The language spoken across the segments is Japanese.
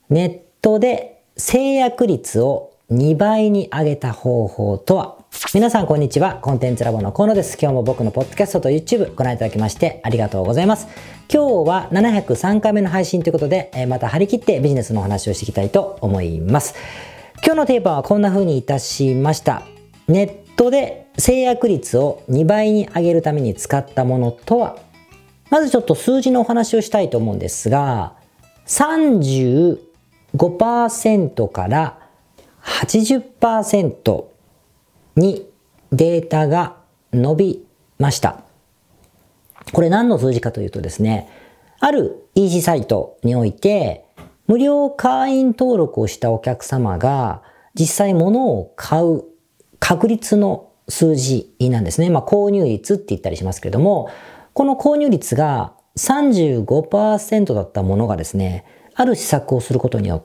ネットで制約率を2倍に上げた方法とは？皆さんこんにちは。コンテンツラボの河野です。今日も僕のポッドキャストと YouTube ご覧いただきましてありがとうございます。今日は703回目の配信ということで、また張り切ってビジネスのお話をしていきたいと思います。今日のテーマはこんな風にいたしました。ネットで制約率を2倍に上げるために使ったものとは？まずちょっと数字のお話をしたいと思うんですが、35% から80% にデータが伸びました。これ何の数字かというとですね、ある EC サイトにおいて無料会員登録をしたお客様が実際物を買う確率の数字なんですね。購入率って言ったりしますけれども、この購入率が 35% だったものがですね、ある施策をすることによって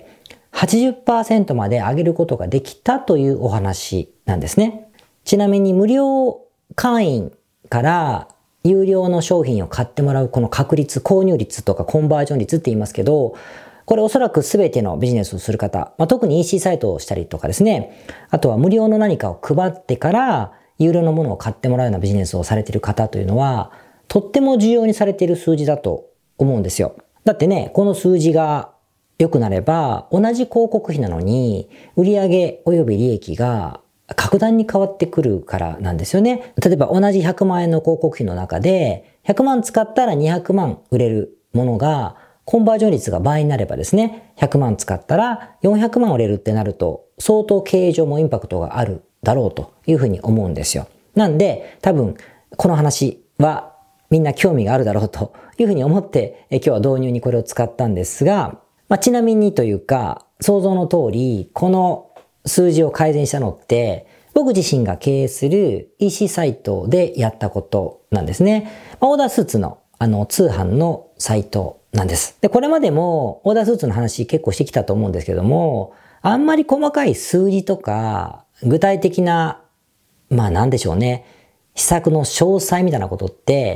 80% まで上げることができたというお話なんですね。ちなみに無料会員から有料の商品を買ってもらうこの確率、購入率とかコンバージョン率って言いますけど、これおそらく全てのビジネスをする方、特に EC サイトをしたりとかですね、あとは無料の何かを配ってから有料のものを買ってもらうようなビジネスをされている方というのは、とっても重要にされている数字だと思うんですよ。だってね、この数字が良くなれば、同じ広告費なのに、売上及び利益が格段に変わってくるからなんですよね。例えば同じ100万円の広告費の中で、100万使ったら200万売れるものが、コンバージョン率が倍になればですね、100万使ったら400万売れるってなると、相当経営上もインパクトがあるだろうというふうに思うんですよ。なんで、多分、この話はみんな興味があるだろうというふうに思って、今日は導入にこれを使ったんですが、ちなみにというか、想像の通り、この数字を改善したのって、僕自身が経営する EC サイトでやったことなんですね。オーダースーツの通販のサイトなんです。で、これまでもオーダースーツの話結構してきたと思うんですけども、あんまり細かい数字とか、具体的な、なんでしょうね、施策の詳細みたいなことって、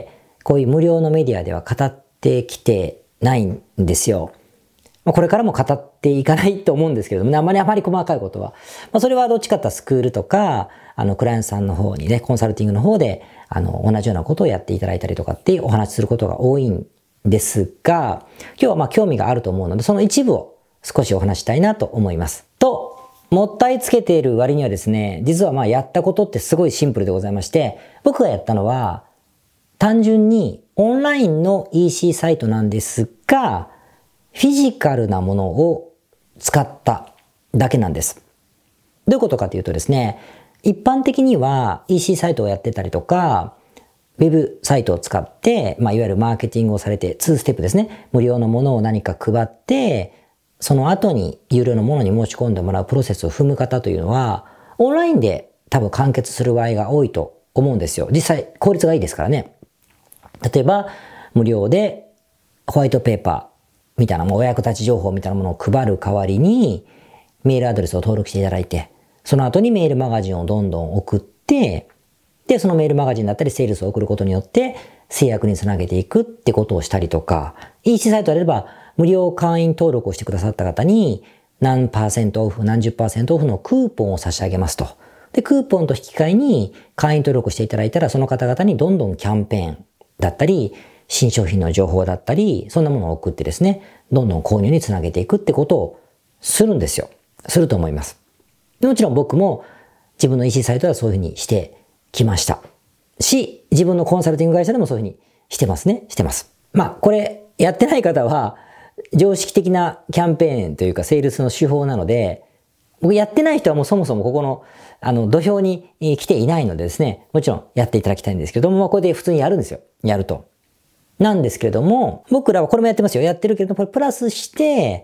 こういう無料のメディアでは語ってきてないんですよ。これからも語っていかないと思うんですけれどもね、あまり細かいことは。それはどっちかってスクールとか、クライアントさんの方にね、コンサルティングの方で、同じようなことをやっていただいたりとかっていうお話しすることが多いんですが、今日は興味があると思うので、その一部を少しお話したいなと思います。と、もったいつけている割にはですね、実はやったことってすごいシンプルでございまして、僕がやったのは、単純にオンラインの EC サイトなんですが、フィジカルなものを使っただけなんです。どういうことかというとですね、一般的には EC サイトをやってたりとか、ウェブサイトを使って、いわゆるマーケティングをされて、2ステップですね。無料のものを何か配って、その後に有料のものに申し込んでもらうプロセスを踏む方というのは、オンラインで多分完結する場合が多いと思うんですよ。実際効率がいいですからね。例えば、無料でホワイトペーパーみたいなお役立ち情報みたいなものを配る代わりに、メールアドレスを登録していただいて、その後にメールマガジンをどんどん送って、で、そのメールマガジンだったりセールスを送ることによって制約につなげていくってことをしたりとか、EC サイトであれば無料会員登録をしてくださった方に何%オフ、何十%オフのクーポンを差し上げますと。で、クーポンと引き換えに会員登録していただいたらその方々にどんどんキャンペーンだったり、新商品の情報だったり、そんなものを送ってですね、どんどん購入につなげていくってことをするんですよ。すると思います。もちろん僕も自分の EC サイトはそういうふうにしてきました。自分のコンサルティング会社でもそういうふうにしてますね。してます。これやってない方は常識的なキャンペーンというかセールスの手法なので、僕やってない人はもうそもそもここの土俵に来ていないのでですね、もちろんやっていただきたいんですけども、これで普通にやるんですよ。やると。なんですけれども、僕らはこれもやってますよ。やってるけれども、これプラスして、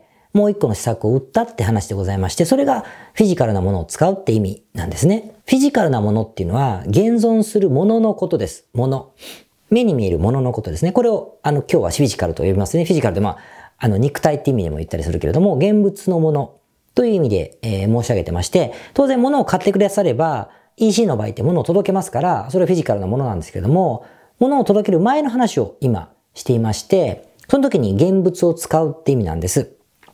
もう一個の施策を打ったって話でございまして、それがフィジカルなものを使うって意味なんですね。フィジカルなものっていうのは、現存するもののことです。もの。目に見えるもののことですね。これを、今日はフィジカルと呼びますね。フィジカルで肉体って意味でも言ったりするけれども、現物のものという意味で、申し上げてまして、当然物を買ってくだされば、EC の場合って物を届けますから、それはフィジカルなものなんですけれども、物を届ける前の話を今していまして、その時に現物を使うって意味なんです。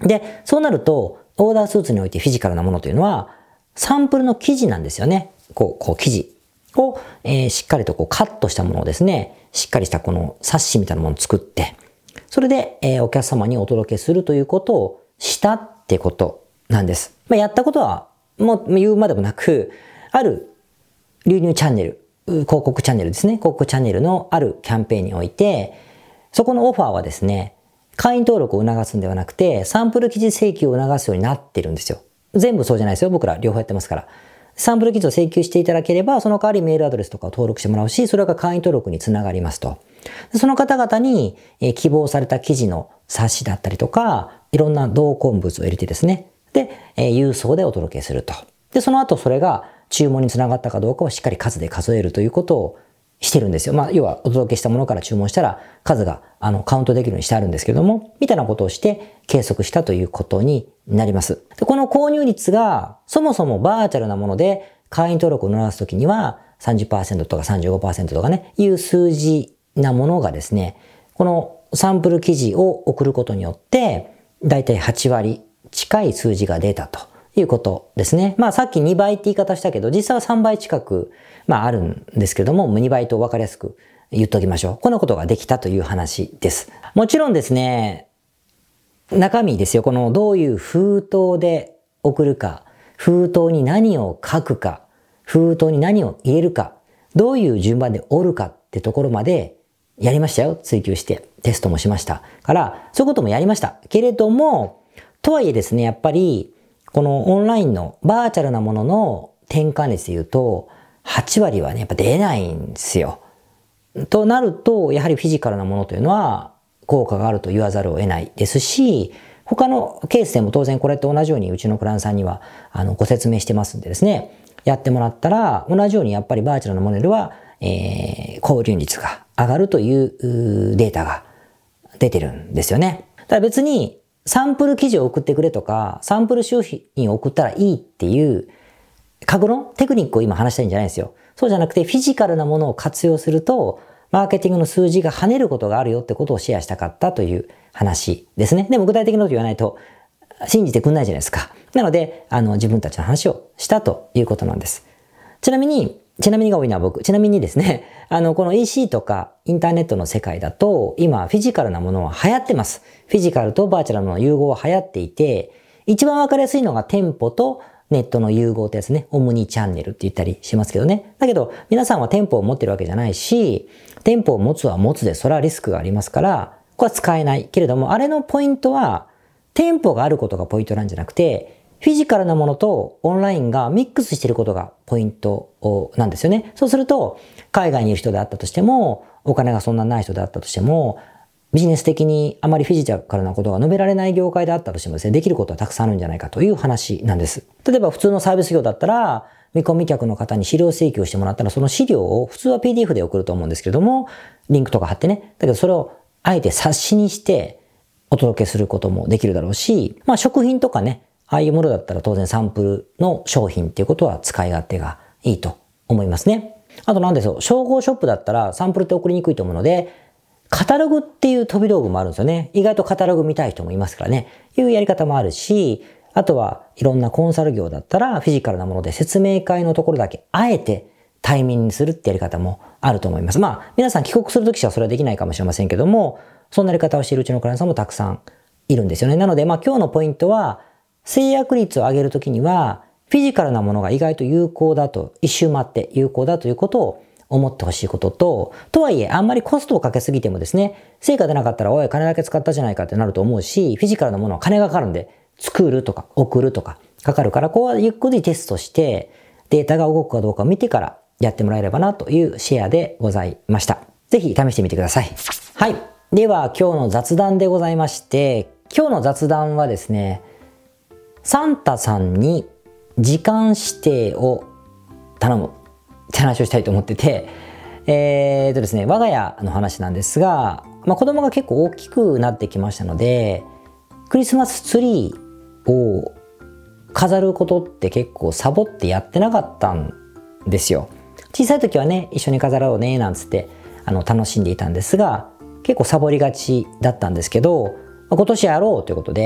で、そうなると、オーダースーツにおいてフィジカルなものというのは、サンプルの生地なんですよね。こう生地を、しっかりとカットしたものをですね、しっかりしたこの冊子みたいなものを作って、それで、お客様にお届けするということをしたってことなんです。やったことは、もう言うまでもなく、ある流入チャンネル、広告チャンネルですね。広告チャンネルのあるキャンペーンにおいて、そこのオファーはですね、会員登録を促すんではなくて、サンプル記事請求を促すようになってるんですよ。全部そうじゃないですよ。僕ら両方やってますから。サンプル記事を請求していただければ、その代わりメールアドレスとかを登録してもらうし、それが会員登録につながりますと。その方々に、希望された記事の冊子だったりとか、いろんな同梱物を入れてですね。で、郵送でお届けすると。で、その後それが注文につながったかどうかをしっかり数で数えるということをしてるんですよ。要はお届けしたものから注文したら数がカウントできるようにしてあるんですけれども、みたいなことをして計測したということになります。で、この購入率がそもそもバーチャルなもので会員登録を促すときには 30% とか 35% とかね、いう数字なものがですね、このサンプル記事を送ることによってだいたい8割近い数字が出たということですね。さっき2倍って言い方したけど、実際は3倍近く、あるんですけども、2倍と分かりやすく言っときましょう。こんなことができたという話です。もちろんですね、中身ですよ。このどういう封筒で送るか、封筒に何を書くか、封筒に何を入れるか、どういう順番で折るかってところまでやりましたよ。追求して。テストもしました。から、そういうこともやりました。けれども、とはいえですね、やっぱり、このオンラインのバーチャルなものの転換率で言うと、8割はね、やっぱ出ないんですよ。となると、やはりフィジカルなものというのは効果があると言わざるを得ないですし、他のケースでも当然これと同じようにうちのクライアントさんにはご説明してますんでですね、やってもらったら同じようにやっぱりバーチャルなモデルは、購入率が上がるというデータが出てるんですよね。だから別にサンプル記事を送ってくれとか、サンプル商品を送ったらいいっていう格論テクニックを今話したいんじゃないんですよ。そうじゃなくてフィジカルなものを活用すると、マーケティングの数字が跳ねることがあるよってことをシェアしたかったという話ですね。でも具体的なこと言わないと信じてくんないじゃないですか。なので、自分たちの話をしたということなんです。ちなみにが多いのは僕。ちなみにですね、この EC とかインターネットの世界だと、今フィジカルなものは流行ってます。フィジカルとバーチャルの融合は流行っていて、一番わかりやすいのが店舗とネットの融合ってやつね、オムニチャンネルって言ったりしますけどね。だけど、皆さんは店舗を持ってるわけじゃないし、店舗を持つは持つで、それはリスクがありますから、これは使えない。けれども、あれのポイントは、店舗があることがポイントなんじゃなくて、フィジカルなものとオンラインがミックスしていることがポイントなんですよね。そうすると、海外にいる人であったとしても、お金がそんなない人であったとしても、ビジネス的にあまりフィジカルなことが述べられない業界であったとしてもですね、できることはたくさんあるんじゃないかという話なんです。例えば普通のサービス業だったら、見込み客の方に資料請求してもらったら、その資料を普通は PDF で送ると思うんですけれども、リンクとか貼ってね。だけどそれをあえて冊子にしてお届けすることもできるだろうし、食品とかね、ああいうものだったら当然サンプルの商品っていうことは使い勝手がいいと思いますね。あとなんでしょう、商号ショップだったらサンプルって送りにくいと思うので、カタログっていう飛び道具もあるんですよね。意外とカタログ見たい人もいますからね。いうやり方もあるし、あとはいろんなコンサル業だったらフィジカルなもので説明会のところだけあえて対面にするってやり方もあると思います。皆さん帰国するときはそれはできないかもしれませんけども、そんなやり方をしているうちのクライアントさんもたくさんいるんですよね。なので今日のポイントは、制約率を上げるときには、フィジカルなものが意外と有効だと、一周回って有効だということを思ってほしいことと、とはいえ、あんまりコストをかけすぎてもですね、成果出なかったら、おい、金だけ使ったじゃないかってなると思うし、フィジカルなものは金がかかるんで、作るとか送るとかかかるから、ここはゆっくりテストして、データが動くかどうかを見てからやってもらえればなというシェアでございました。ぜひ試してみてください。はい。では、今日の雑談でございまして、今日の雑談はですね、サンタさんに時間指定を頼むって話をしたいと思ってて、ですね、我が家の話なんですが、子供が結構大きくなってきましたので、クリスマスツリーを飾ることって結構サボってやってなかったんですよ。小さい時はね、一緒に飾ろうねなんつって楽しんでいたんですが、結構サボりがちだったんですけど、今年やろうということで、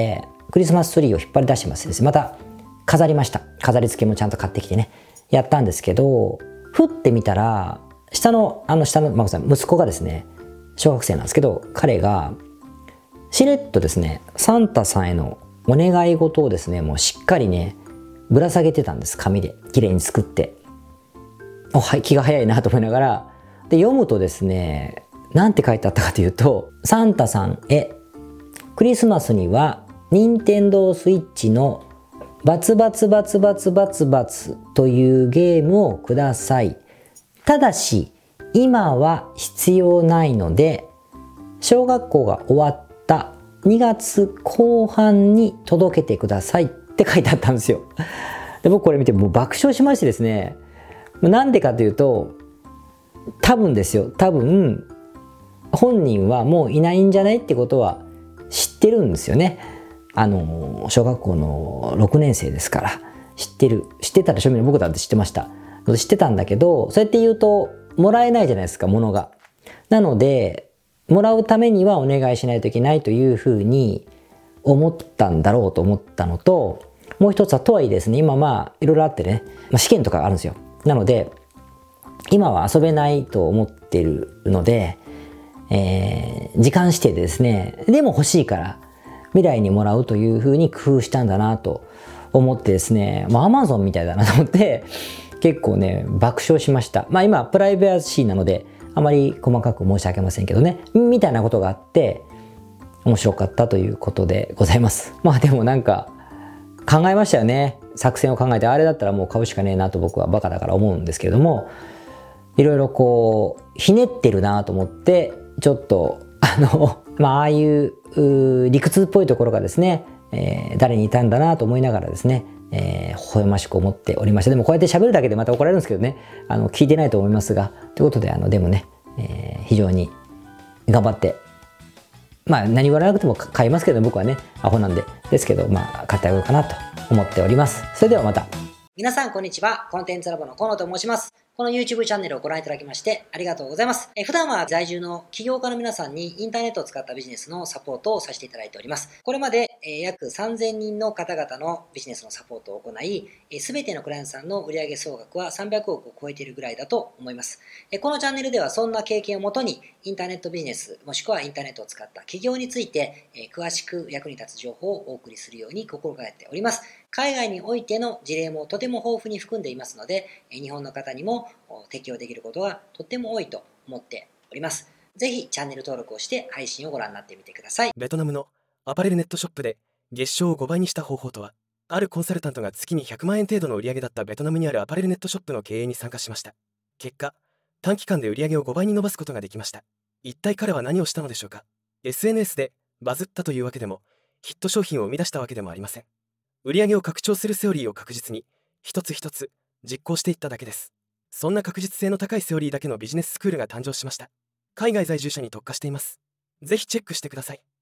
クリスマスツリーを引っ張り出してますですね、また飾りました。飾り付けもちゃんと買ってきてね、やったんですけど、ふってみたら、下のまこさん、息子がですね、小学生なんですけど、彼が、しれっとですね、サンタさんへのお願い事をですね、もうしっかりね、ぶら下げてたんです、紙で。綺麗に作って。はい、気が早いなと思いながら。で、読むとですね、なんて書いてあったかというと、サンタさんへ、クリスマスには、任天堂スイッチのバツバツバツバツバツバツというゲームをください。ただし、今は必要ないので、小学校が終わった2月後半に届けてくださいって書いてあったんですよ。で、僕これ見てもう爆笑しましてですね、なんでかというと、多分ですよ、本人はもういないんじゃないってことは知ってるんですよね。小学校の6年生ですから知ってたら正面僕だって知ってました。知ってたんだけど、そうやって言うともらえないじゃないですか、物が。なのでもらうためにはお願いしないといけないというふうに思ったんだろうと思ったのと、もう一つはとはいえですね、今いろいろあってね、試験とかがあるんですよ。なので今は遊べないと思ってるので、時間指定でですね、でも欲しいから未来にもらうというふうに工夫したんだなと思ってですね、アマゾンみたいだなと思って結構ね爆笑しました。今プライバシーなのであまり細かく申し上げませんけどね、みたいなことがあって面白かったということでございます。でもなんか考えましたよね。作戦を考えて、あれだったらもう買うしかねえなと僕はバカだから思うんですけれども、いろいろこうひねってるなと思って、ちょっとああいう理屈っぽいところがですね、誰にいたんだなと思いながらですね、微笑ましく思っておりました。でもこうやって喋るだけでまた怒られるんですけどね、聞いてないと思いますが、ということででもね、非常に頑張って、何言われなくても買いますけど、僕はねアホなんでですけど、買ってあげようかなと思っております。それではまた。皆さんこんにちは、コンテンツラボの河野と申します。この YouTube チャンネルをご覧いただきましてありがとうございます。普段は在住の起業家の皆さんにインターネットを使ったビジネスのサポートをさせていただいております。これまで約3000人の方々のビジネスのサポートを行い、すべてのクライアントさんの売上総額は300億を超えているぐらいだと思います。このチャンネルではそんな経験をもとにインターネットビジネスもしくはインターネットを使った起業について詳しく役に立つ情報をお送りするように心がけております。海外においての事例もとても豊富に含んでいますので、日本の方にも適用できることがとっても多いと思っております。ぜひチャンネル登録をして配信をご覧になってみてください。 ベトナムのアパレルネットショップで月賞を5倍にした方法とは。あるコンサルタントが月に100万円程度の売り上げだったベトナムにあるアパレルネットショップの経営に参加しました。結果、短期間で売り上げを5倍に伸ばすことができました。一体彼は何をしたのでしょうか。 SNS でバズったというわけでも、ヒット商品を生み出したわけでもありません。売り上げを拡張するセオリーを確実に一つ一つ実行していっただけです。そんな確実性の高いセオリーだけのビジネススクールが誕生しました。海外在住者に特化しています。ぜひチェックしてください。